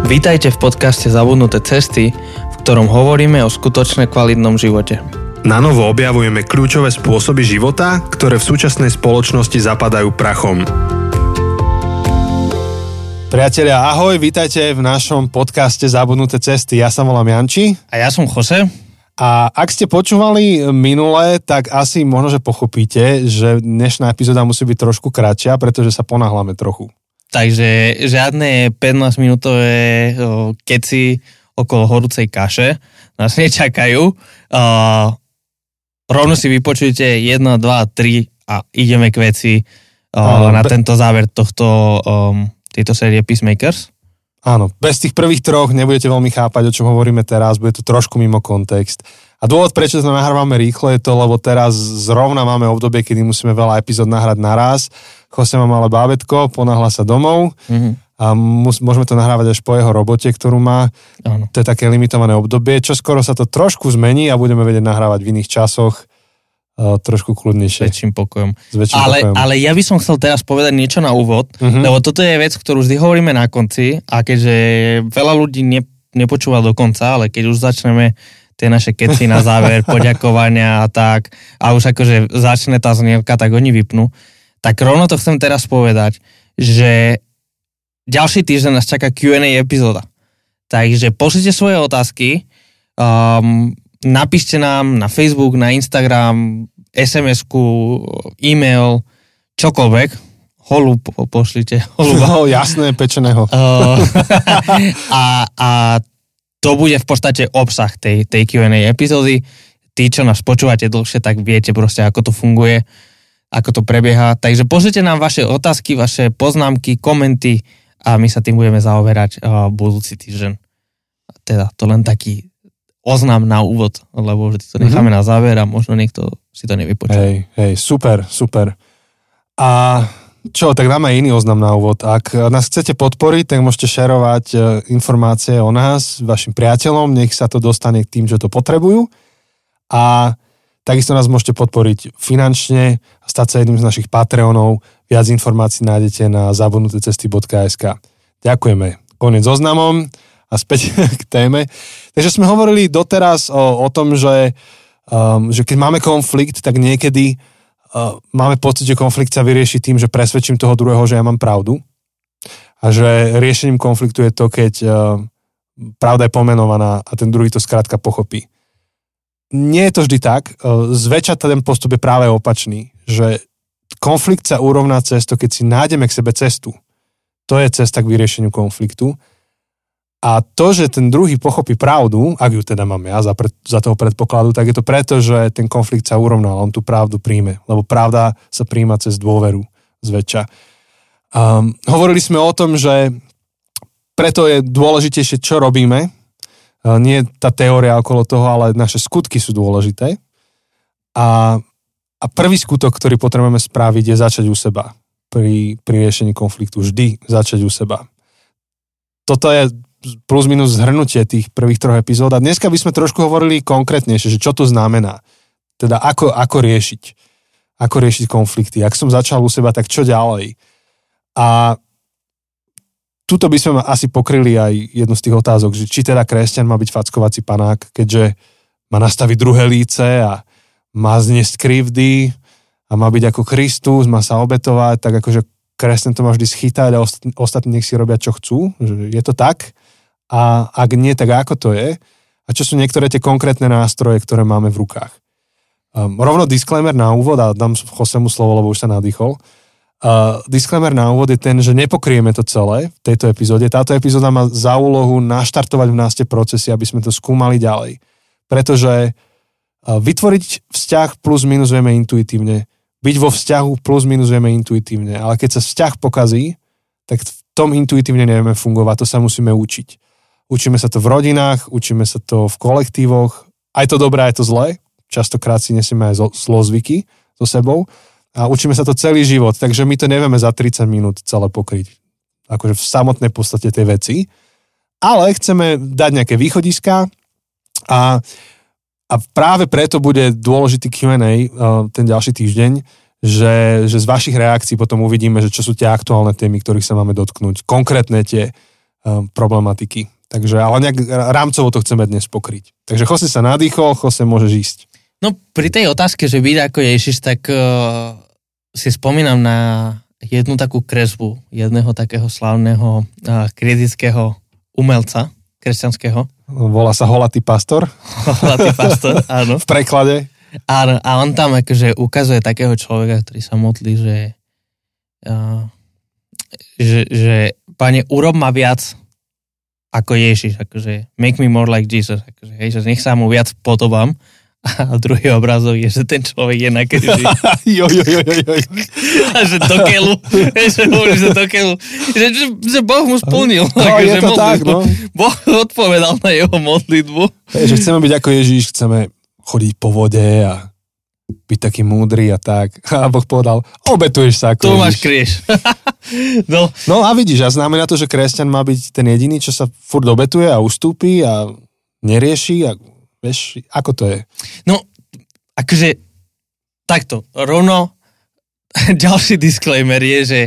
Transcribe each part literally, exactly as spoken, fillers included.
Vítajte v podcaste Zabudnuté cesty, v ktorom hovoríme o skutočne kvalitnom živote. Na novo objavujeme kľúčové spôsoby života, ktoré v súčasnej spoločnosti zapadajú prachom. Priatelia, ahoj, vítajte v našom podcaste Zabudnuté cesty. Ja sa volám Janči. A ja som Jose. A ak ste počúvali minule, tak asi možno, že pochopíte, že dnešná epizóda musí byť trošku kratšia, pretože sa ponáhľame trochu. Takže žiadne pätnásťminútové keci okolo horúcej kaše nás nečakajú. Uh, rovno si vypočujte jedno, dva, tri a ideme k veci uh, na be- tento záver tohto, um, tejto série Peacemakers. Áno, bez tých prvých troch nebudete veľmi chápať, o čom hovoríme teraz, bude to trošku mimo kontext. A dôvod, prečo to nahrávame rýchlo, je to, lebo teraz zrovna máme obdobie, kedy musíme veľa epizód nahrať naraz. Jose má malé bábätko, ponáhľa sa domov mm-hmm. a mus, môžeme to nahrávať až po jeho robote, ktorú má. Áno. To je také limitované obdobie. Čo skoro sa to trošku zmení a budeme vedieť nahrávať v iných časoch uh, trošku kľudnejšie. S väčším pokojom. S väčším ale, pokojom. Ale ja by som chcel teraz povedať niečo na úvod, mm-hmm. lebo toto je vec, ktorú vždy hovoríme na konci a keďže veľa ľudí ne, nepočúva do konca, ale keď už začneme tie naše keci na záver, poďakovania a tak a už akože začne tá znielka, tak oni vypnú. Tak rovno to chcem teraz povedať, že ďalší týždeň nás čaká Q and A epizóda. Takže pošlite svoje otázky, um, napíšte nám na Facebook, na Instagram, es em esku, e-mail, čokoľvek. Holub pošlite. Holuba. No, jasné, pečeného. Uh, a, a to bude v podstate obsah tej, tej Q and A epizódy. Tí, čo nás počúvate dlhšie, tak viete proste, ako to funguje, ako to prebieha. Takže pošlite nám vaše otázky, vaše poznámky, komenty a my sa tým budeme zaoberať uh, budúci týždeň. Teda to len taký oznám na úvod, lebo vždy to necháme mm-hmm. na záver a možno niekto si to nevypočuje. Hej, hej, super, super. A čo, tak dáme iný oznám na úvod. Ak nás chcete podporiť, tak môžete šerovať informácie o nás vašim priateľom, nech sa to dostane k tým, čo to potrebujú. A takisto nás môžete podporiť finančne a stať sa jedným z našich Patreonov. Viac informácií nájdete na zabudnutecesty bodka es ká. Ďakujeme. Koniec so oznamom a späť k téme. Takže sme hovorili doteraz o, o tom, že, um, že keď máme konflikt, tak niekedy uh, máme pocit, že konflikt sa vyrieši tým, že presvedčím toho druhého, že ja mám pravdu. A že riešením konfliktu je to, keď uh, pravda je pomenovaná a ten druhý to skrátka pochopí. Nie je to vždy tak. Zväčša ten postup je práve opačný, že konflikt sa urovná cez to, keď si nájdeme k sebe cestu. To je cesta k vyriešeniu konfliktu. A to, že ten druhý pochopí pravdu, ak ju teda mám ja za, pred, za toho predpokladu, tak je to preto, že ten konflikt sa urovnal, on tú pravdu príjme. Lebo pravda sa príjma cez dôveru zväčša. Um, hovorili sme o tom, že preto je dôležitejšie, čo robíme. Nie tá teória okolo toho, ale naše skutky sú dôležité. A, a prvý skutok, ktorý potrebujeme spraviť, je začať u seba. Pri, pri riešení konfliktu vždy začať u seba. Toto je plus minus zhrnutie tých prvých troch epizód. A dneska by sme trošku hovorili konkrétnejšie, že čo to znamená. Teda ako, ako riešiť. Ako riešiť konflikty. Ak som začal u seba, tak čo ďalej? A tuto by sme asi pokryli aj jednu z tých otázok, že či teda kresťan má byť fackovací panák, keďže má nastaviť druhé líce a má zniesť krivdy a má byť ako Kristus, má sa obetovať, tak akože kresťan to má vždy schytať a ostatní nech si robia, čo chcú. Je to tak? A ak nie, tak ako to je? A čo sú niektoré tie konkrétne nástroje, ktoré máme v rukách? Um, rovno disclaimer na úvod a dám Josemu slovo, lebo už sa nadýchol. Uh, disclaimer na úvod je ten, že nepokrieme to celé v tejto epizóde. Táto epizóda má za úlohu naštartovať v nás tie procesy, aby sme to skúmali ďalej. Pretože uh, vytvoriť vzťah plus minus vieme intuitívne, byť vo vzťahu plus minus vieme intuitívne, ale keď sa vzťah pokazí, tak v tom intuitívne nevieme fungovať, to sa musíme učiť. Učíme sa to v rodinách, učíme sa to v kolektívoch, aj to dobré, aj to zlé, častokrát si nesieme aj zlozvyky so sebou, a učíme sa to celý život, takže my to nevieme za tridsať minút celé pokryť. Akože v samotnej podstate tej veci. Ale chceme dať nejaké východiská a, a práve preto bude dôležitý Q and A ten ďalší týždeň, že, že z vašich reakcií potom uvidíme, že čo sú tie aktuálne témy, ktorých sa máme dotknúť. Konkrétne tie problematiky. Takže, ale nejak rámcovo to chceme dnes pokryť. Takže Jose sa nadýchol, Jose môžeš ísť. No pri tej otázke, že byť ako Ježiš, tak uh, si spomínam na jednu takú kresbu jedného takého slávneho uh, kritického umelca kresťanského. Volá sa Holatý pastor. Holatý pastor, áno. V preklade. Áno, a on tam akože ukazuje takého človeka, ktorý sa modlí, že, uh, že, že Pane, urob ma viac ako Ježiš, akože make me more like Jesus, akože, hej, že nech sa mu viac podobám. A druhý obrazok je, že ten človek je na kríži. jo, jo, jo, jo, jo. A že do keľu, že hovorí, že do keľu, že, že, že Boh mu splnil. No, je to tak, no. Boh odpovedal na jeho modlitbu. Je, že chceme byť ako Ježiš, chceme chodiť po vode a byť taký múdry a tak. A Boh povedal, obetuješ sa ako tu Ježiš. máš kríž. no. no a vidíš, a znamená to, že kresťan má byť ten jediný, čo sa furt obetuje a ustúpi a nerieši a vieš, ako to je? No, akože takto, rovno ďalší disclaimer je, že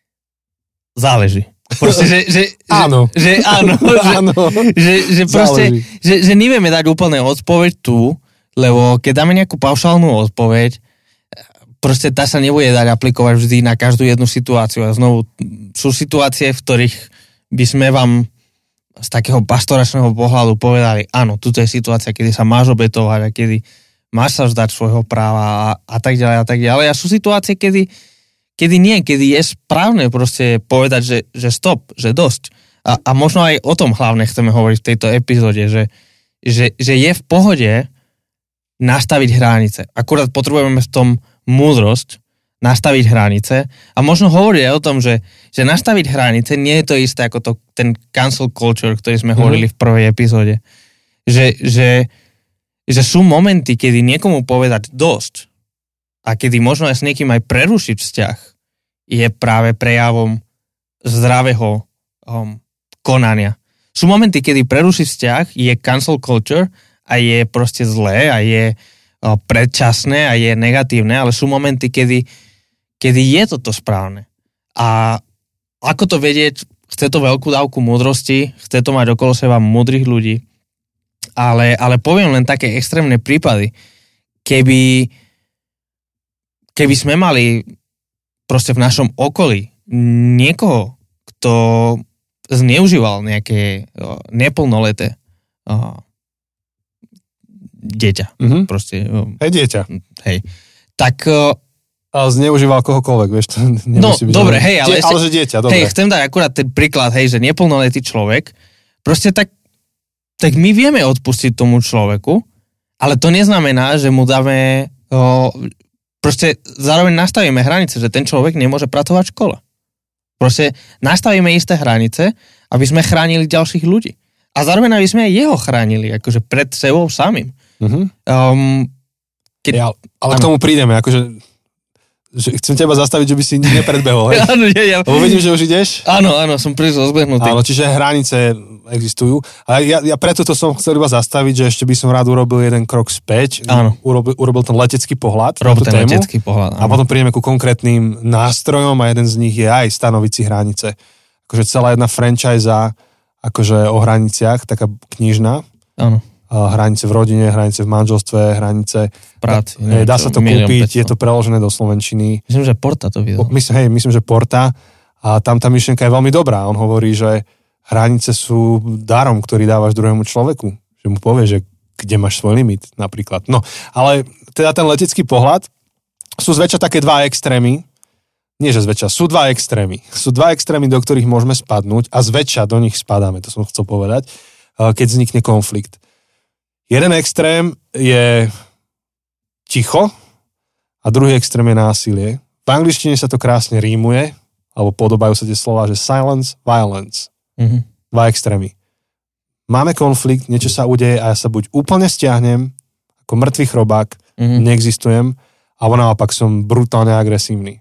záleží. Proste, že, že, áno. Že, že áno. áno. Že, že, že proste, že, že nevieme dať úplne odpoveď tu, lebo keď dáme nejakú paušálnu odpoveď, proste tá sa nebude dať aplikovať vždy na každú jednu situáciu. A znovu, sú situácie, v ktorých by sme vám z takého pastoračného pohľadu povedali, áno, tuto je situácia, kedy sa máš obetovať a kedy máš sa vzdať svojho práva a, a tak ďalej a tak ďalej. A sú situácie, kedy, kedy nie, kedy je správne proste povedať, že, že stop, že dosť. A, a možno aj o tom hlavne chceme hovoriť v tejto epizóde, že, že, že je v pohode nastaviť hranice. Akurát potrebujeme v tom múdrosť, nastaviť hranice a možno hovoriť aj o tom, že, že nastaviť hranice nie je to isté ako to, ten cancel culture, ktorý sme mm-hmm. hovorili v prvej epizóde. Že, že, že sú momenty, kedy niekomu povedať dosť a kedy možno aj s niekým aj prerušiť vzťah je práve prejavom zdravého um, konania. Sú momenty, kedy prerušiť vzťah je cancel culture a je proste zlé a je uh, predčasné a je negatívne, ale sú momenty, kedy kedy je toto správne. A ako to vedieť, chce to veľkú dávku múdrosti, chce to mať okolo seba múdrych ľudí, ale, ale poviem len také extrémne prípady. Keby, keby sme mali proste v našom okolí niekoho, kto zneužíval nejaké o, neplnoleté o, dieťa. Mm-hmm. Proste, o, hej, dieťa. Hej. Tak o, ale zneužíval kohokoľvek, vieš. To no, byť, dobre, hej, ale, die, ešte, ale že dieťa, dobre. Hej, chcem dať akurát ten príklad, hej, že neplnoletý človek, proste tak, tak my vieme odpustiť tomu človeku, ale to neznamená, že mu dáme, o, proste zároveň nastavíme hranice, že ten človek nemôže pracovať v škole. Proste nastavíme isté hranice, aby sme chránili ďalších ľudí. A zároveň aby sme aj jeho chránili, akože pred sebou samým. Mm-hmm. Um, keď, ja, ale ano. K tomu prídeme, akože že chcem teba zastaviť, že by si nepredbehol, hej? Áno, nie, ja... Lebo vidím, že už ideš? Áno, áno, som príliš rozbehnutý. Áno, čiže hranice existujú. Ale ja, ja preto to som chcel iba zastaviť, že ešte by som rád urobil jeden krok späť. Áno. Urobil, urobil ten letecký pohľad. Rob ten tému, letecký pohľad, áno. A potom prídeme ku konkrétnym nástrojom a jeden z nich je aj stanoviť si hranice. Akože celá jedna franchise akože o hraniciach, taká knižná. Áno. Hranice v rodine, hranice v manželstve, hranice v práci. Dá, dá sa to kúpiť, je to preložené do slovenčiny. Myslím, že Porta to vydal. Myslím, hej, myslím, že Porta. A tam tá myšlienka je veľmi dobrá. On hovorí, že hranice sú darom, ktorý dávaš druhému človeku. Že mu povie, že kde máš svoj limit, napríklad. No, ale teda ten letecký pohľad sú zväčša také dva extrémy. Nie, že zväčša, sú dva extrémy. Sú dva extrémy, do ktorých môžeme spadnúť a zväčša do nich spadáme, to som chcel povedať, keď vznikne konflikt. Jeden extrém je ticho a druhý extrém je násilie. V angličtine sa to krásne rímuje, alebo podobajú sa tie slová, že silence, violence. Mm-hmm. Dva extrémy. Máme konflikt, niečo sa udeje a ja sa buď úplne stiahnem, ako mŕtvý chrobák, mm-hmm. neexistujem, alebo naopak som brutálne agresívny.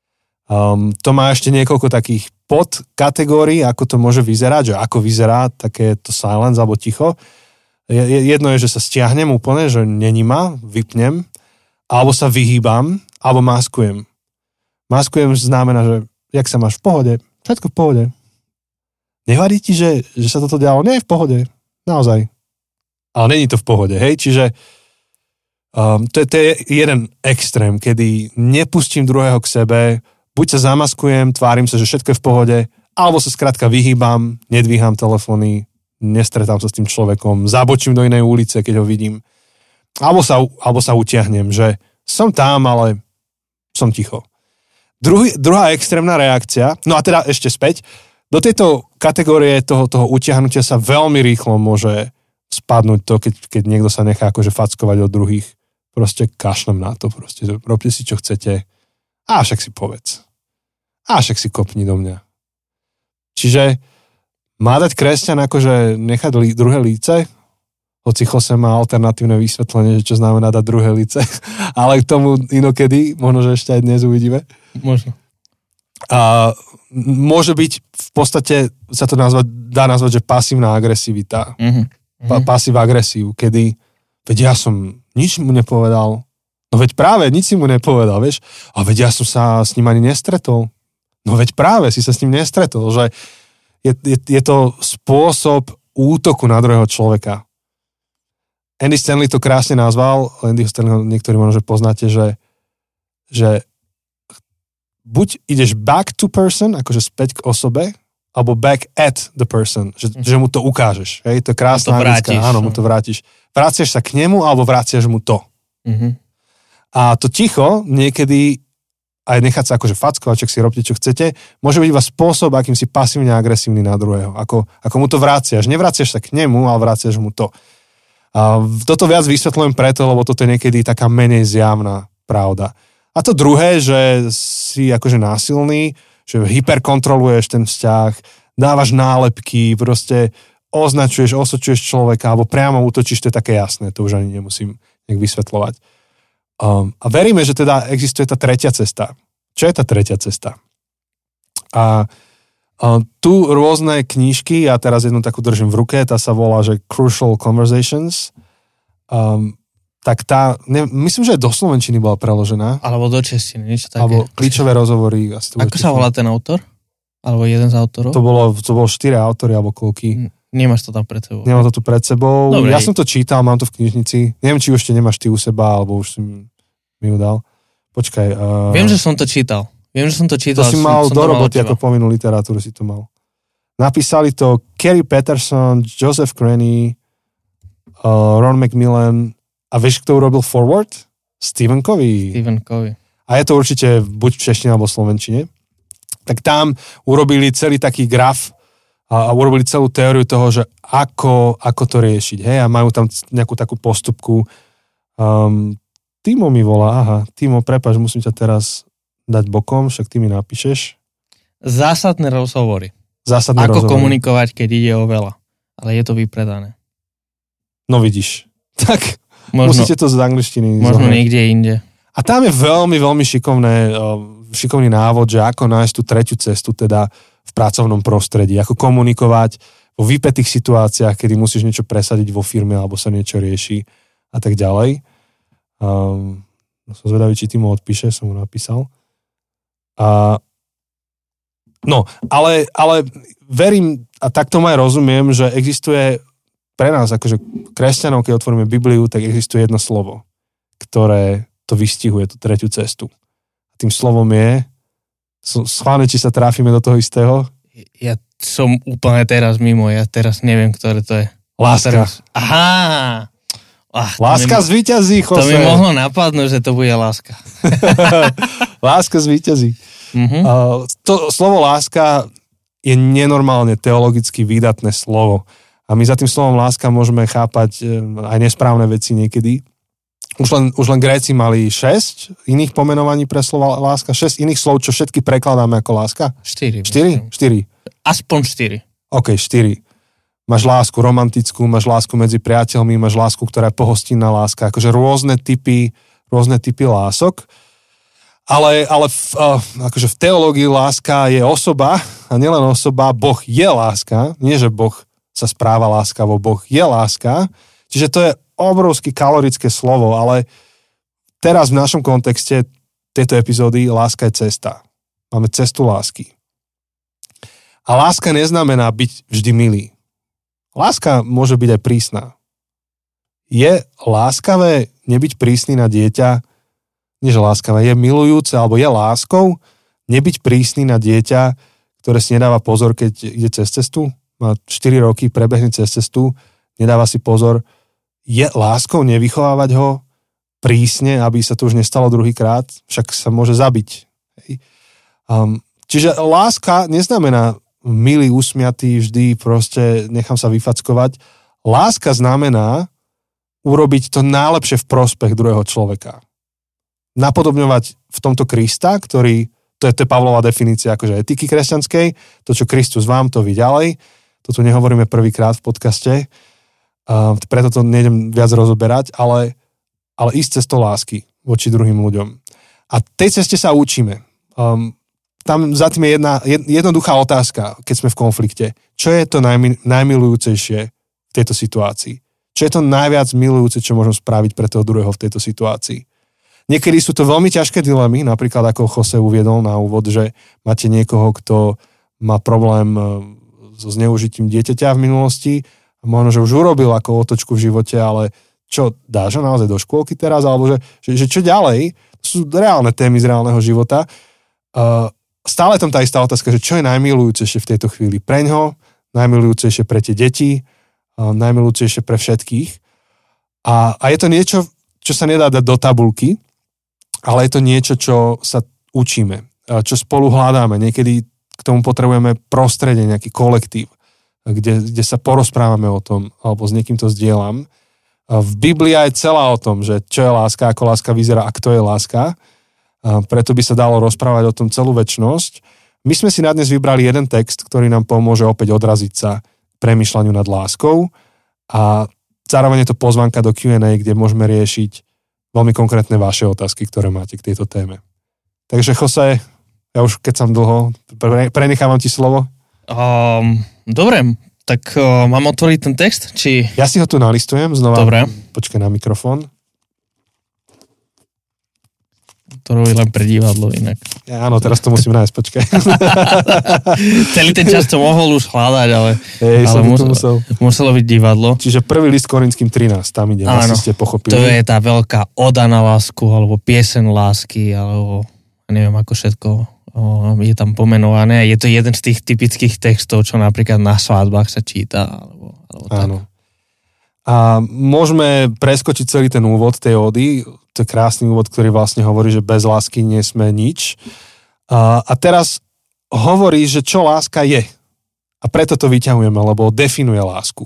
Um, to má ešte niekoľko takých podkategórií, ako to môže vyzerať, že ako vyzerá takéto silence alebo ticho. Jedno je, že sa stiahnem úplne, že není ma, vypnem, alebo sa vyhýbam, alebo maskujem. Maskujem znamená, že jak sa máš v pohode, všetko v pohode. nevadí ti, že, že sa toto dialo? Nie, v pohode, naozaj. Ale není to v pohode, hej, čiže um, to, je, to je jeden extrém, kedy nepustím druhého k sebe, buď sa zamaskujem, tvárim sa, že všetko je v pohode, alebo sa skrátka vyhýbam, nedvíham telefóny, nestretám sa s tým človekom, zabočím do inej ulice, keď ho vidím, alebo sa, alebo sa utiahnem, že som tam, ale som ticho. Druhý, druhá extrémna reakcia, no a teda ešte späť, do tejto kategórie toho, toho utiahnutia sa veľmi rýchlo môže spadnúť to, keď, keď niekto sa nechá akože fackovať od druhých. Proste kašlem na to, proste robte si, čo chcete. A však si povedz. A však si kopni do mňa. Čiže má dať kresťan akože nechať lí, druhé líce? Hoci Jose má alternatívne vysvetlenie, že čo znamená dať druhé líce. Ale k tomu inokedy, možno, že ešte aj dnes uvidíme. Možno. A môže byť v podstate, sa to nazvať, dá nazvať, že pasívna agresivita. Mm-hmm. Pa, pasív agresiu, kedy veď ja som nič mu nepovedal. No veď práve, nič si mu nepovedal, vieš. A veď ja som sa s ním ani nestretol. No veď práve, si sa s ním nestretol, že je, je, je to spôsob útoku na druhého človeka. Andy Stanley to krásne nazval, Andy Stanley, niektorí možno, že poznáte, že, že buď ideš back to person, akože späť k osobe, alebo back at the person, že, že mu to ukážeš. Hej? To je krásna anglická. Áno, mu to vrátiš. Vraciaš sa k nemu, alebo vraciaš mu to. Mm-hmm. A to ticho niekedy aj nechať sa akože fackovať, čak si robte, čo chcete, môže byť iba spôsob, akým si pasívne agresívny na druhého. Ako, ako mu to vraciaš. Nevraciaš sa k nemu, ale vraciaš mu to. A toto viac vysvetľujem preto, lebo toto je niekedy taká menej zjavná pravda. A to druhé, že si akože násilný, že hyperkontroluješ ten vzťah, dávaš nálepky, proste označuješ, osočuješ človeka, alebo priamo útočíš, to je také jasné, to už ani nemusím nejak vysvetľovať. Um, a veríme, že teda existuje tá tretia cesta. Čo je tá tretia cesta? A um, tu rôzne knížky, ja teraz jednu takú držím v ruke, tá sa volá, že Crucial Conversations. Um, tak tá, ne, myslím, že do slovenčiny bola preložená. Alebo do češtiny, niečo také. Alebo kľúčové rozhovory. Asi Ako sa volá ten autor? Alebo jeden z autorov? To bolo, to bolo štyri autory, alebo koľky. Nemáš to tam pred sebou. Nemám to tu pred sebou. Dobre. Ja som to čítal, mám to v knižnici. Neviem, či už ešte nemáš ty u seba, alebo už si mi ju dal. Počkaj. Uh... Viem, že som to čítal. Viem, že som to čítal. To si som, mal som do roboty, ako povinnú literatúru si to mal. Napísali to Kerry Patterson, Joseph Cranny, uh, Ron Macmillan. A vieš, kto urobil forward? Stephen Covey. Stephen Covey. A je to určite buď v češtine alebo v slovenčine. Tak tam urobili celý taký graf a, a urobili celú teóriu toho, že ako, ako to riešiť. Hej? A majú tam nejakú takú postupku. Um, Timo mi volá, aha. Timo, prepáč, musím ťa teraz dať bokom, však ty mi napíšeš. Zásadné rozhovory. Zásadné ako rozhovory. komunikovať, keď ide o veľa. Ale je to vypredané. No vidíš. Tak... Možno, musíte to z angličtiny možno zohnať. niekde inde. A tam je veľmi, veľmi šikovné, šikovný návod, že ako nájsť tú tretiu cestu teda v pracovnom prostredí, ako komunikovať vo vypätých situáciách, kedy musíš niečo presadiť vo firme alebo sa niečo rieši a tak ďalej. Um, som zvedavý, či ty mu odpíše, som mu napísal. A, no, ale, ale verím, a tak tomu aj rozumiem, že existuje pre nás, akože kresťanov, keď otvoríme Bibliu, tak existuje jedno slovo, ktoré to vystihuje, tú tretiu cestu. A tým slovom je, schválne, či sa trafíme do toho istého? Ja som úplne teraz mimo, ja teraz neviem, ktoré to je. Láska. Teraz... Aha! Ach, láska mi, zvíťazí, Jose. To mi mohlo napadnúť, že to bude láska. Láska zvíťazí. Uh-huh. Uh, to slovo láska je nenormálne teologicky výdatné slovo. A my za tým slovom láska môžeme chápať aj nesprávne veci niekedy. Už len, už len Gréci mali šesť iných pomenovaní pre slovo láska, šesť iných slov, čo všetky prekladáme ako láska. Štyri. Štyri? Štyri. Aspoň štyri. OK, štyri. Máš lásku romantickú, máš lásku medzi priateľmi, máš lásku, ktorá je pohostinná láska. Akože rôzne typy, rôzne typy lások. Ale, ale v, uh, akože v teológii láska je osoba, a nielen osoba, Boh je láska, nie že Boh sa správa láskavo, Boh je láska. Čiže to je obrovsky kalorické slovo, ale teraz v našom kontexte tejto epizódy láska je cesta. Máme cestu lásky. A láska neznamená byť vždy milý. Láska môže byť aj prísna. Je láskavé nebyť prísny na dieťa, nie že láskavé, je milujúce, alebo je láskou nebyť prísny na dieťa, ktoré si nedáva pozor, keď ide cez cestu, má štyri roky, prebehne cez cestu, nedáva si pozor. Je láskou nevychovávať ho prísne, aby sa to už nestalo druhýkrát, však sa môže zabiť. Um, čiže láska neznamená milý, usmiatý, vždy proste nechám sa vyfackovať. Láska znamená urobiť to najlepšie v prospech druhého človeka. Napodobňovať v tomto Krista, ktorý, to je, to je Pavlova definícia akože etiky kresťanskej, to, čo Kristus vám, to vy ďalej. To tu nehovoríme prvýkrát v podcaste, uh, preto to nejdem viac rozoberať, ale, ale ísť cestou lásky voči druhým ľuďom. A tej ceste sa učíme. Um, Tam za tým je jedna jednoduchá otázka, keď sme v konflikte. Čo je to najmi, najmilujúcejšie v tejto situácii? Čo je to najviac milujúce, čo môžem spraviť pre toho druhého v tejto situácii? Niekedy sú to veľmi ťažké dilemy, napríklad ako Jose uviedol na úvod, že máte niekoho, kto má problém so zneužitím dieťaťa v minulosti, možno, že už urobil ako otočku v živote, ale čo, dáš ho naozaj do škôlky teraz? Alebo že, že, že čo ďalej? To sú reálne témy z reálneho života. Uh, Stále tam tá istá otázka, že čo je najmilujúcejšie v tejto chvíli preňho, najmilujúcejšie pre tie deti, najmilujúcejšie pre všetkých. A, a je to niečo, čo sa nedá dať do tabulky, ale je to niečo, čo sa učíme, čo spolu hľadáme. Niekedy k tomu potrebujeme prostredie, nejaký kolektív, kde, kde sa porozprávame o tom, alebo s niekým to zdieľam. V Biblii je celá o tom, že čo je láska, ako láska vyzerá a kto je láska. A preto by sa dalo rozprávať o tom celú večnosť. My sme si na dnes vybrali jeden text, ktorý nám pomôže opäť odraziť sa k premýšľaniu nad láskou a zároveň je to pozvánka do kjú end ej, kde môžeme riešiť veľmi konkrétne vaše otázky, ktoré máte k tejto téme. Takže Jose, ja už keď som dlho, prenechávam ti slovo. Um, dobre, tak uh, mám otvoriť ten text? Či... Ja si ho tu nalistujem znova. Dobre. Počkaj na mikrofón. To robí len pre divadlo inak. Ja, áno, teraz to musím nájsť, počkaj. Celý ten čas to mohol už hľadať, ale, Ej, ale musel, musel, muselo byť divadlo. Čiže prvý list Korinským trinásť, tam ide, áno, asi ste pochopili. To je tá veľká oda na lásku, alebo pieseň lásky, alebo neviem ako všetko je tam pomenované. Je to jeden z tých typických textov, čo napríklad na svadbách sa číta. Alebo, alebo tak. Áno. A môžeme preskočiť celý ten úvod tej ódy. To je krásny úvod, ktorý vlastne hovorí, že bez lásky nie sme nič. A, a teraz hovorí, že čo láska je. A preto to vyťahujeme, lebo definuje lásku.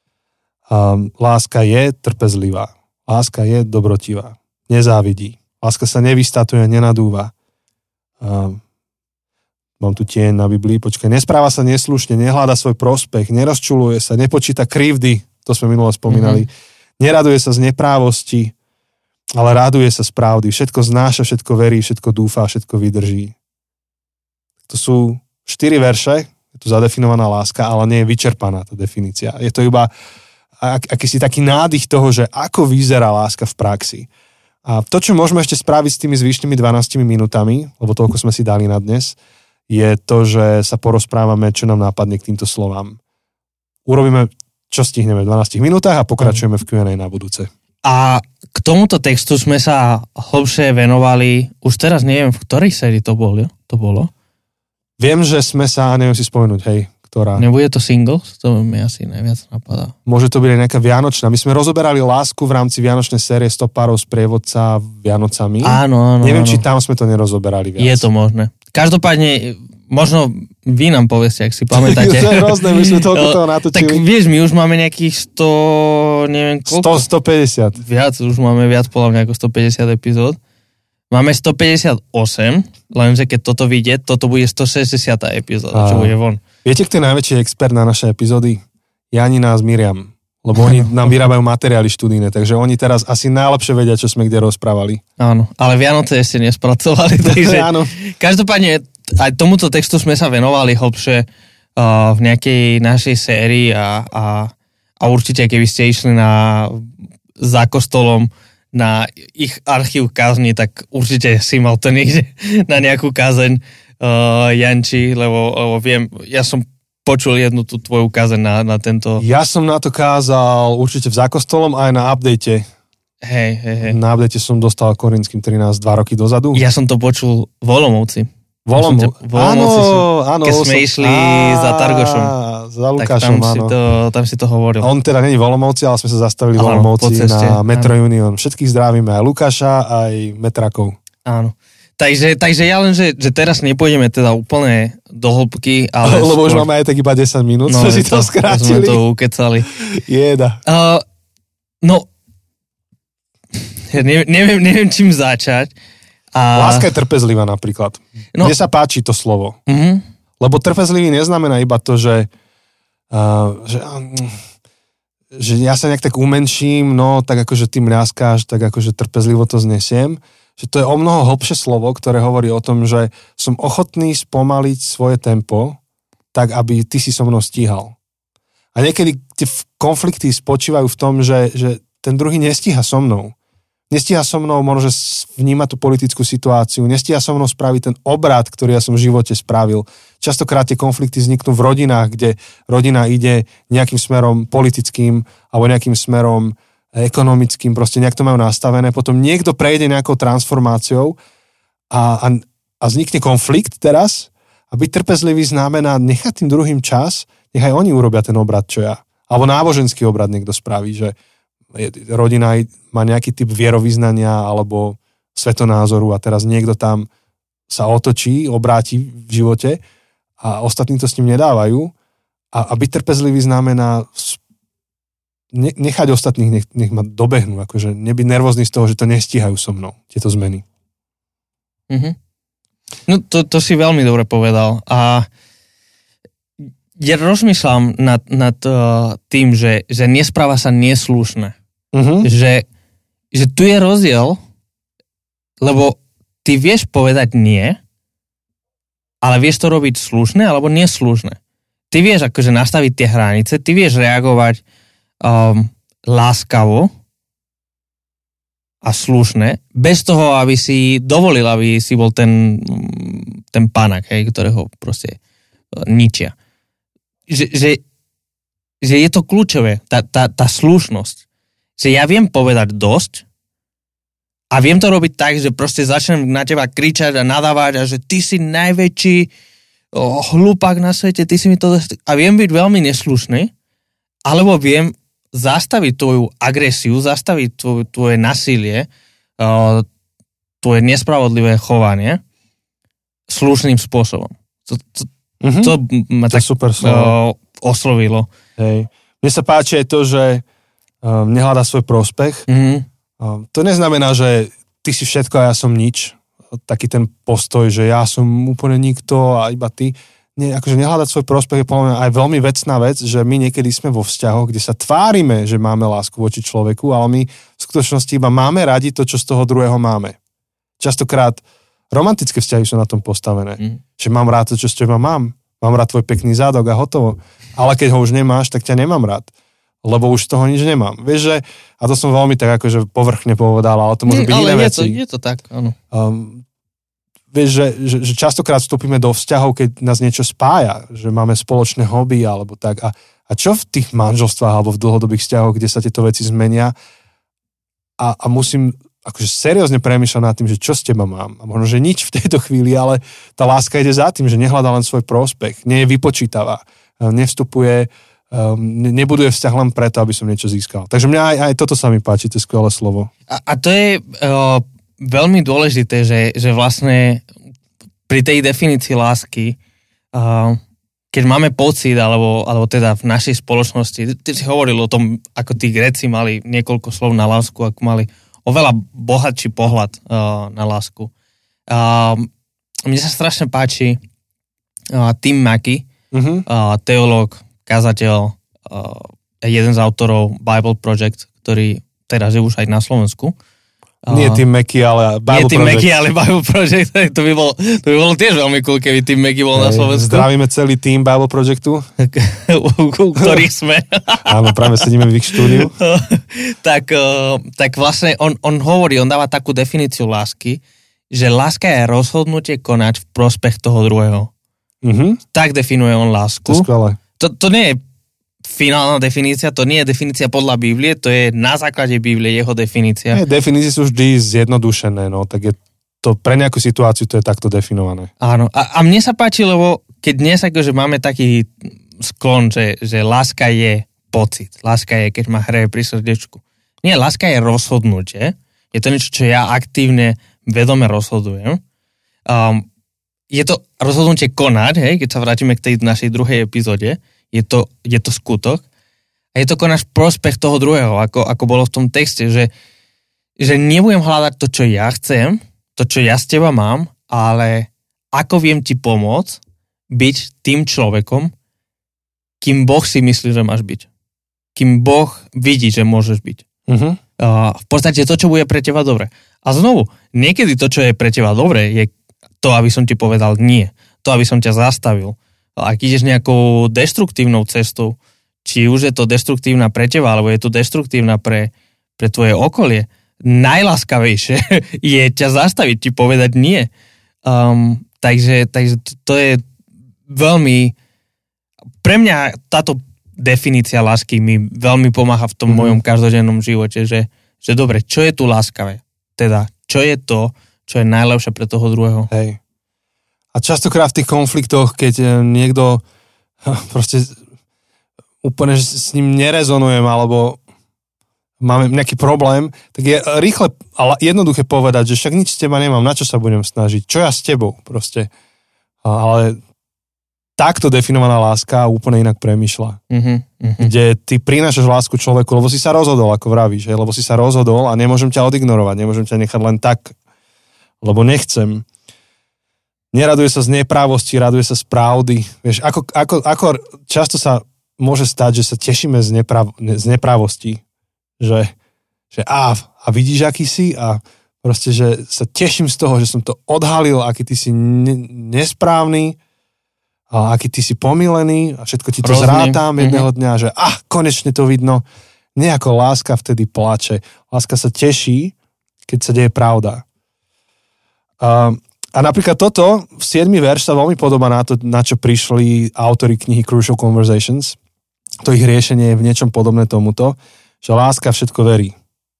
A láska je trpezlivá. Láska je dobrotivá. Nezávidí. Láska sa nevystatuje, nenadúva. A mám tu tieň na Biblii. Počkaj, nespráva sa neslušne, nehľada svoj prospech, nerozčuluje sa, nepočíta krivdy. To sme minule spomínali. Mm-hmm. Neraduje sa z neprávosti, ale raduje sa z pravdy. Všetko znáša, všetko verí, všetko dúfa, všetko vydrží. To sú štyri verše, je tu zadefinovaná láska, ale nie je vyčerpaná tá definícia. Je to iba ak, akýsi taký nádych toho, že ako vyzerá láska v praxi. A to, čo môžeme ešte spraviť s tými zvyšnými dvanástimi minútami, lebo toľko sme si dali na dnes, je to, že sa porozprávame, čo nám nápadne k týmto slovám. Urobíme čo stihneme v dvanástich minútach a pokračujeme v kjú end ej na budúce. A k tomuto textu sme sa hlbšie venovali, už teraz neviem, v ktorej sérii to bolo. To bolo. Viem, že sme sa, neviem si spomenúť, hej, ktorá... Nebude to Singles? To mi asi najviac napadá. Môže to byť aj nejaká vianočná. My sme rozoberali lásku v rámci vianočnej série sto párov sprievodca Vianocami. Áno, áno. Neviem, áno. či tam sme to nerozoberali viac. Je to možné. Každopádne... Možno vy nám poveste, ak si pamätáte. To je hrozné, my sme toľko toho natočili. Tak vieš, my už máme nejakých sto, neviem koľko. sto, stopäťdesiat. Viac, už máme viac podľa mňa ako stopäťdesiat epizód. Máme stopäťdesiatosem, lenže keď toto vyjde, toto bude stošesťdesiata epizóda, čo bude von. Viete, kto je najväčší expert na naše epizódy? Janina s Miriam. Lebo oni nám vyrábajú materiály študijné, takže oni teraz asi najlepšie vedia, čo sme kde rozprávali. Áno, ale Vianoce ešte nespracovali, takže áno. Každopádne aj tomuto textu sme sa venovali hlbšie uh, v nejakej našej sérii a, a, a určite, keby ste išli na, za kostolom na ich archív kázni, tak určite si mal to niekde na nejakú kázeň uh, Janči, lebo, lebo viem, ja som počul jednu tú tvoju kázeň na, na tento... Ja som na to kázal určite v Zákostolom aj na update. Hej, hej, hej. Na update som dostal Korinským trinásť dva roky dozadu. Ja som to počul v Olomouci. Volom... Áno, áno. Keď sme som... išli á, za Targošom. Za Lukášom, tam áno. Si to, tam si to hovoril. On teda není v Olomouci, ale sme sa zastavili v Olomouci na Metro áno. Union. Všetkých zdravíme, aj Lukáša, aj Metrakov. Áno. Takže, takže ja len, že, že teraz nepôjdeme teda úplne do hĺbky, ale... Lebo skôr... už máme aj tak iba desať minút, no, sme si to, to skrátili. Sme to ukecali. Jeda. Uh, no, neviem, neviem, neviem čím začať. A... Láska je trpezlivá napríklad. No. Mne sa páči to slovo. Uh-huh. Lebo trpezlivý neznamená iba to, že, uh, že, uh, že ja sa nejak tak umenším, no tak akože ty mľaskáš, tak akože trpezlivo to znesiem. Že to je o mnoho hlbšie slovo, ktoré hovorí o tom, že som ochotný spomaliť svoje tempo, tak aby ty si so mnou stíhal. A niekedy tie konflikty spočívajú v tom, že, že ten druhý nestíha so mnou. Nestíha so mnou možno, že vníma tú politickú situáciu, nestíha so mnou spraviť ten obrad, ktorý ja som v živote spravil. Častokrát tie konflikty vzniknú v rodinách, kde rodina ide nejakým smerom politickým alebo nejakým smerom ekonomickým, proste nejak to majú nastavené, potom niekto prejde nejakou transformáciou a, a, a vznikne konflikt teraz a byť trpezlivý znamená nechať tým druhým čas, nechaj oni urobia ten obrad, čo ja. Alebo náboženský obrad niekto spraví, že rodina má nejaký typ vierovyznania alebo svetonázoru a teraz niekto tam sa otočí, obráti v živote a ostatní to s ním nedávajú a, a byť trpezlivý znamená nechať ostatných, nech, nech ma dobehnú, akože nebyť nervózny z toho, že to nestíhajú so mnou, tieto zmeny. Mm-hmm. No to, to si veľmi dobre povedal a ja rozmýšľam nad, nad uh, tým, že, že nespráva sa neslušne. Mm-hmm. Že, že tu je rozdiel, lebo ty vieš povedať nie, ale vieš to robiť slušne alebo neslušne. Ty vieš akože nastaviť tie hranice, ty vieš reagovať Um, láskavo a slušne, bez toho, aby si dovolil, aby si bol ten, ten pának, hej, ktorého proste uh, ničia. Že, že, že je to kľúčové, tá, tá, tá slušnosť. Že ja viem povedať dosť a viem to robiť tak, že proste začnem na teba kričať a nadávať a že ty si najväčší oh, hlupák na svete, ty si mi to... A viem byť veľmi neslušný, alebo viem zastaviť tvoju agresiu, zastaviť tvoje, tvoje nasilie, uh, tvoje nespravodlivé chovanie slušným spôsobom. To, to, mm-hmm. to ma to tak super uh, oslovilo. Hej. Mne sa páči aj to, že um, nehľadá svoj prospech. Mm-hmm. Um, to neznamená, že ty si všetko a ja som nič. Taký ten postoj, že ja som úplne nikto a iba ty. Nie, akože nehľadať svoj prospech je podľa mňa aj veľmi vecná vec, že my niekedy sme vo vzťahoch, kde sa tvárime, že máme lásku voči človeku, ale my v skutočnosti iba máme radi to, čo z toho druhého máme. Častokrát romantické vzťahy sú na tom postavené. Mm. Že mám rád to, čo z teba mám. Mám rád tvoj pekný zádok a hotovo. Ale keď ho už nemáš, tak ťa nemám rád. Lebo už z toho nič nemám. Vieš, že, a to som veľmi tak akože povrchne povedal, ale to môžu byť iné je veci. Ale je to tak, áno. Um, Vieš, že, že, že častokrát vstúpime do vzťahov, keď nás niečo spája, že máme spoločné hobby alebo tak. A, a čo v tých manželstvách alebo v dlhodobých vzťahoch, kde sa tieto veci zmenia a, a musím akože seriózne premýšľať nad tým, že čo z teba mám. A možno, že nič v tejto chvíli, ale tá láska ide za tým, že nehľadá len svoj prospech, nie je vypočítavá, nevstupuje, um, nebuduje vzťah len preto, aby som niečo získal. Takže mňa aj, aj toto sa mi páči, to je skvelé slovo. A, a to je... Uh... veľmi dôležité, že, že vlastne pri tej definícii lásky, uh, keď máme pocit, alebo, alebo teda v našej spoločnosti, ty si hovoril o tom, ako tí Gréci mali niekoľko slov na lásku, ako mali oveľa bohatší pohľad uh, na lásku. Uh, mne sa strašne páči uh, Tim Mackie, uh-huh. uh, teológ, kazateľ, uh, jeden z autorov Bible Project, ktorý teraz je už aj na Slovensku. Nie Tim Mackie, ale Bible Nie Tim Project. Mackie, ale Bible Project. To by bolo, to by bolo tiež veľmi cool, keby Tim Mackie bol hey, na Slovensku. Zdravíme celý tým Bible Projectu. U ktorých sme. Áno, práve sedíme v ich štúdiu. tak, tak vlastne on, on hovorí, on dáva takú definíciu lásky, že láska je rozhodnutie konať v prospech toho druhého. Mm-hmm. Tak definuje on lásku. To je skvelé. To, to nie je finálna definícia, to nie je definícia podľa Biblie, to je na základe Biblie jeho definícia. Nie, definície sú vždy zjednodušené, no, tak je to pre nejakú situáciu to je takto definované. Áno, a, a mne sa páči, lebo keď dnes akože máme taký sklon, že, že láska je pocit, láska je, keď ma hreje pri srdiečku. Nie, láska je rozhodnutie, je to niečo, čo ja aktívne, vedome rozhodujem. Um, je to rozhodnutie konať, hej, keď sa vrátime k tej našej druhej epizóde, Je to, je to skutok a je to konáš prospech toho druhého, ako, ako bolo v tom texte, že, že nebudem hľadať to, čo ja chcem, to, čo ja z teba mám, ale ako viem ti pomôcť byť tým človekom, kým Boh si myslí, že máš byť. Kým Boh vidí, že môžeš byť. Uh-huh. Uh, v podstate to, čo bude pre teba dobre. A znovu, niekedy to, čo je pre teba dobre, je to, aby som ti povedal nie. To, aby som ťa zastavil. Ak ideš nejakou deštruktívnou cestou, či už je to deštruktívna pre teba, alebo je to deštruktívna pre, pre tvoje okolie, najláskavejšie je ťa zastaviť, ti povedať nie. Um, takže, takže to je veľmi... Pre mňa táto definícia lásky mi veľmi pomáha v tom mm-hmm. mojom každodennom živote, že, že dobre, čo je tu láskavé? Teda, čo je to, čo je najlepšie pre toho druhého? Hej. A častokrát v tých konfliktoch, keď niekto proste úplne s ním nerezonujem, alebo máme nejaký problém, tak je rýchle a jednoduché povedať, že však nič z teba nemám, na čo sa budem snažiť, čo ja s tebou proste. Ale takto definovaná láska úplne inak premýšľa. Mm-hmm, mm-hmm. Kde ty prinášaš lásku človeku, lebo si sa rozhodol, ako vravíš, lebo si sa rozhodol a nemôžem ťa odignorovať, nemôžem ťa nechať len tak, lebo nechcem. Neraduje sa z neprávosti, raduje sa z pravdy. Vieš, ako, ako, ako často sa môže stať, že sa tešíme z, nepráv, z neprávosti. Že, že á, a vidíš, aký si a proste, že sa teším z toho, že som to odhalil, aký ty si ne, nesprávny a aký ty si pomílený a všetko ti to Rozný. zrátam jedného dňa, že ah, konečne to vidno. Nejako láska vtedy plače. Láska sa teší, keď sa deje pravda. Um, A napríklad toto, siedmy verš sa veľmi podobá na to, na čo prišli autori knihy Crucial Conversations. To ich riešenie je v niečom podobné tomuto, že láska všetko verí.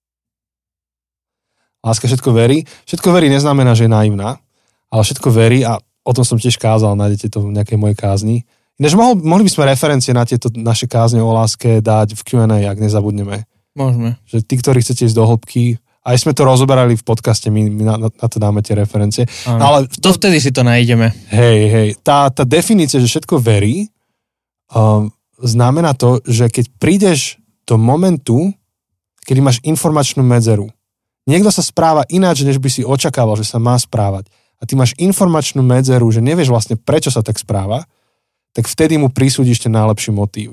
Láska všetko verí. Všetko verí neznamená, že je naivná, ale všetko verí a o tom som tiež kázal, nájdete to v nejakej mojej kázni. Ináč mohli, mohli by sme referencie na tieto naše kázne o láske dať v kjú end ej, ak nezabudneme. Môžeme. Že tí, ktorí chcete ísť do hĺbky, aj sme to rozoberali v podcaste, my, my na, na to dáme tie referencie. Ale to vtedy si to nájdeme. Hej, hej. Tá, tá definícia, že všetko verí, um, znamená to, že keď prídeš do momentu, kedy máš informačnú medzeru, niekto sa správa ináč, než by si očakával, že sa má správať, a ty máš informačnú medzeru, že nevieš vlastne, prečo sa tak správa, tak vtedy mu prisúdiš ten najlepší motív.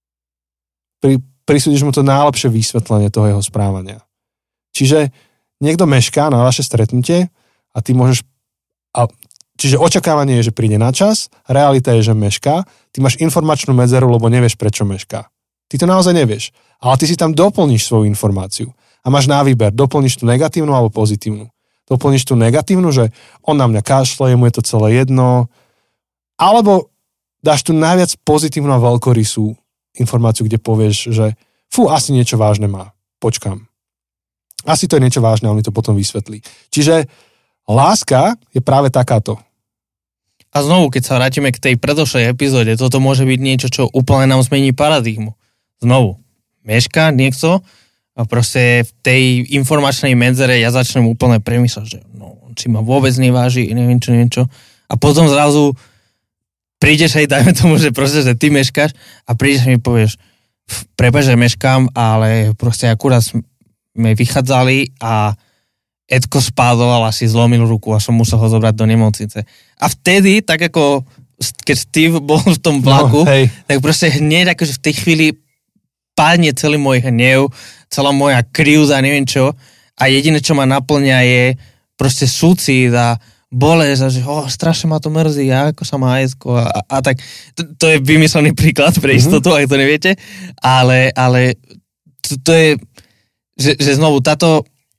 Pri, prisúdiš mu to najlepšie vysvetlenie toho jeho správania. Čiže niekto mešká na vaše stretnutie a ty môžeš... A, čiže očakávanie je, že príde na čas, realita je, že mešká, ty máš informačnú medzeru, lebo nevieš, prečo mešká. Ty to naozaj nevieš, ale ty si tam doplníš svoju informáciu a máš na výber, doplníš tú negatívnu alebo pozitívnu. Doplníš tú negatívnu, že on na mňa kašle, mu je to celé jedno, alebo dáš tu najviac pozitívnu a veľkorysú informáciu, kde povieš, že fú, asi niečo vážne má, počkám. Asi to je niečo vážne, on mi to potom vysvetlí. Čiže láska je práve takáto. A znovu, keď sa vrátime k tej predošlej epizóde, toto môže byť niečo, čo úplne nám zmení paradigmu. Znovu, mešká niekto a proste v tej informačnej medzere ja začnem úplne premýšľať, že no, či ma vôbec neváži, neviem čo, neviem čo. A potom zrazu prídeš aj, dajme tomu, že proste, že ty meškáš a prídeš a mi povieš, prepáč, že meškám, ale proste akurát sme vychádzali a Edko spádoval a si zlomil ruku a som musel ho zobrať do nemocnice. A vtedy, tak ako keď Steve bol v tom vlaku, no, tak proste hneď akože v tej chvíli padne celý môj hnev, celá moja krivda, neviem čo. A jediné, čo ma naplňa je proste súcit a bolesť a že oh, strašne ma to mrzí, a ako sa má Edko a, a, a tak. To, to je vymyslený príklad pre istotu, mm-hmm. ak to neviete. Ale, ale to, to je, že, že znovu táto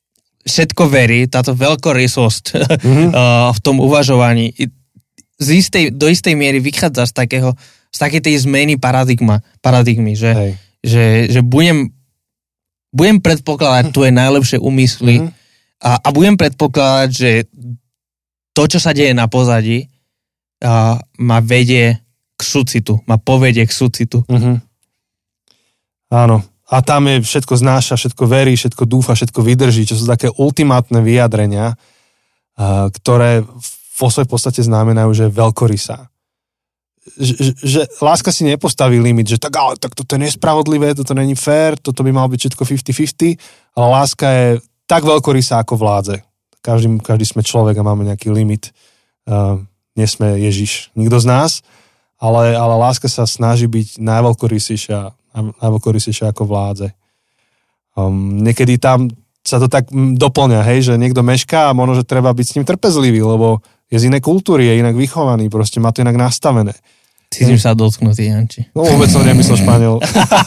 všetko verí, táto veľkorysosť mm-hmm. v tom uvažovaní z istej, do istej miery vychádza z takého, z takej tej zmeny paradigma, paradigmy, že, že, že budem, budem predpokladať tvoje najlepšie úmysly mm-hmm. a, a budem predpokladať, že to, čo sa deje na pozadí, a, ma vedie k súcitu, ma povedie k súcitu. Mm-hmm. Áno. A tam je všetko znáša, všetko verí, všetko dúfa, všetko vydrží, čo sú také ultimátne vyjadrenia, a, ktoré vo svojej podstate znamenajú, že je veľkorysá. Že, že láska si nepostaví limit, že tak, ale, tak toto je nespravodlivé, toto není fér, toto by malo byť všetko päťdesiat päťdesiat, ale láska je tak veľkorysá ako vládze. Každý, každý sme človek a máme nejaký limit. Uh, nie sme Ježiš, nikto z nás, ale, ale láska sa snaží byť najveľkorysejšia, najveľkorysejšia ako vládze. Um, niekedy tam sa to tak doplňa, hej, že niekto mešká a možno, že treba byť s ním trpezlivý, lebo je z inej kultúry, je inak vychovaný, proste má to inak nastavené. Cítim sa dotknutý, Janči. No vôbec som nemyslel Španiel.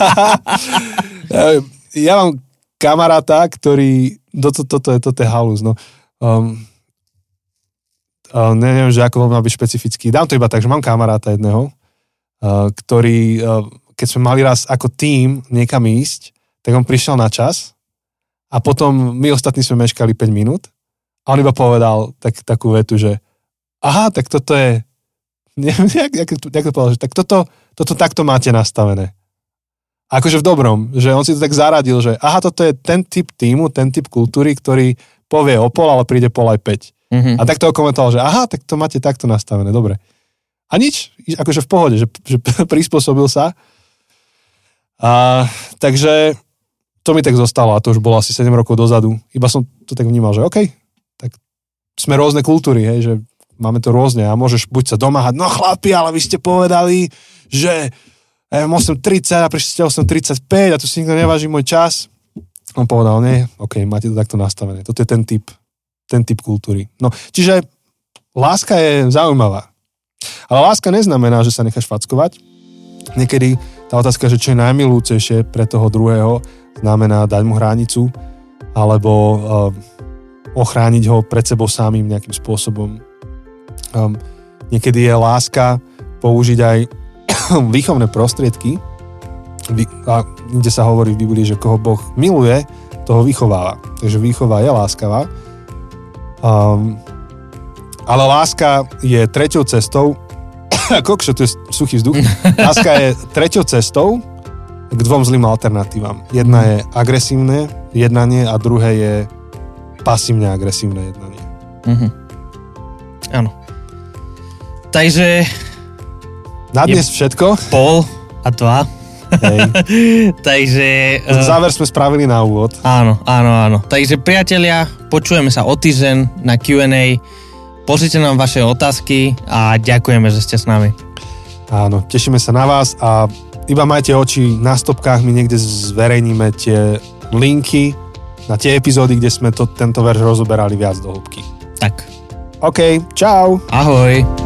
Ja mám kamaráta, ktorý, toto, toto je, toto je halus, no. Um, uh, neviem, že ako má byť špecifický. Dám to iba tak, že mám kamaráta jedného, uh, ktorý, uh, keď sme mali raz ako tím niekam ísť, tak on prišiel na čas a potom my ostatní sme meškali päť minút a on iba povedal tak, takú vetu, že aha, tak toto je, neviem, jak, jak, jak to povedal, že tak toto, toto takto máte nastavené. Akože v dobrom, že on si to tak zaradil, že aha, toto je ten typ tímu, ten typ kultúry, ktorý povie o pol, ale príde pol aj päť. Mm-hmm. A tak to komentoval, že aha, tak to máte takto nastavené, dobre. A nič, akože v pohode, že, že prispôsobil sa. A, takže to mi tak zostalo a to už bolo asi sedem rokov dozadu. Iba som to tak vnímal, že okej, tak sme rôzne kultúry, hej, že máme to rôzne a môžeš buď sa domáhať, no chlapi, ale vy ste povedali, že osem tridsať a prišli ste osem tridsaťpäť a tu si nikto neváži môj čas. On povedal, nie, okej, máte to takto nastavené. Toto je ten typ, ten typ kultúry. No, čiže láska je zaujímavá. Ale láska neznamená, že sa necháš fackovať. Niekedy tá otázka, že čo je najmilúcejšie pre toho druhého, znamená dať mu hranicu alebo uh, ochrániť ho pred sebou samým nejakým spôsobom. Um, niekedy je láska použiť aj výchovné prostriedky, a kde sa hovorí v Biblii, že koho Boh miluje, toho vychováva. Takže výchova je láskavá. Um, ale láska je treťou cestou, kokšo, to je suchý vzduch, láska je treťou cestou k dvom zlým alternatívam. Jedna je agresívne jednanie a druhé je pasívne agresívne jednanie. Mhm. Áno. Takže na dnes všetko. Pol a dva. Hej. Takže... Uh, záver sme spravili na úvod. Áno, áno, áno. Takže priatelia, počujeme sa o týždeň na kjú end ej. Pošlite nám vaše otázky a ďakujeme, že ste s nami. Áno, tešíme sa na vás a iba majte oči na stopkách, my niekde zverejníme tie linky na tie epizódy, kde sme to, tento verš rozoberali viac do hĺbky. Tak. OK, čau. Ahoj.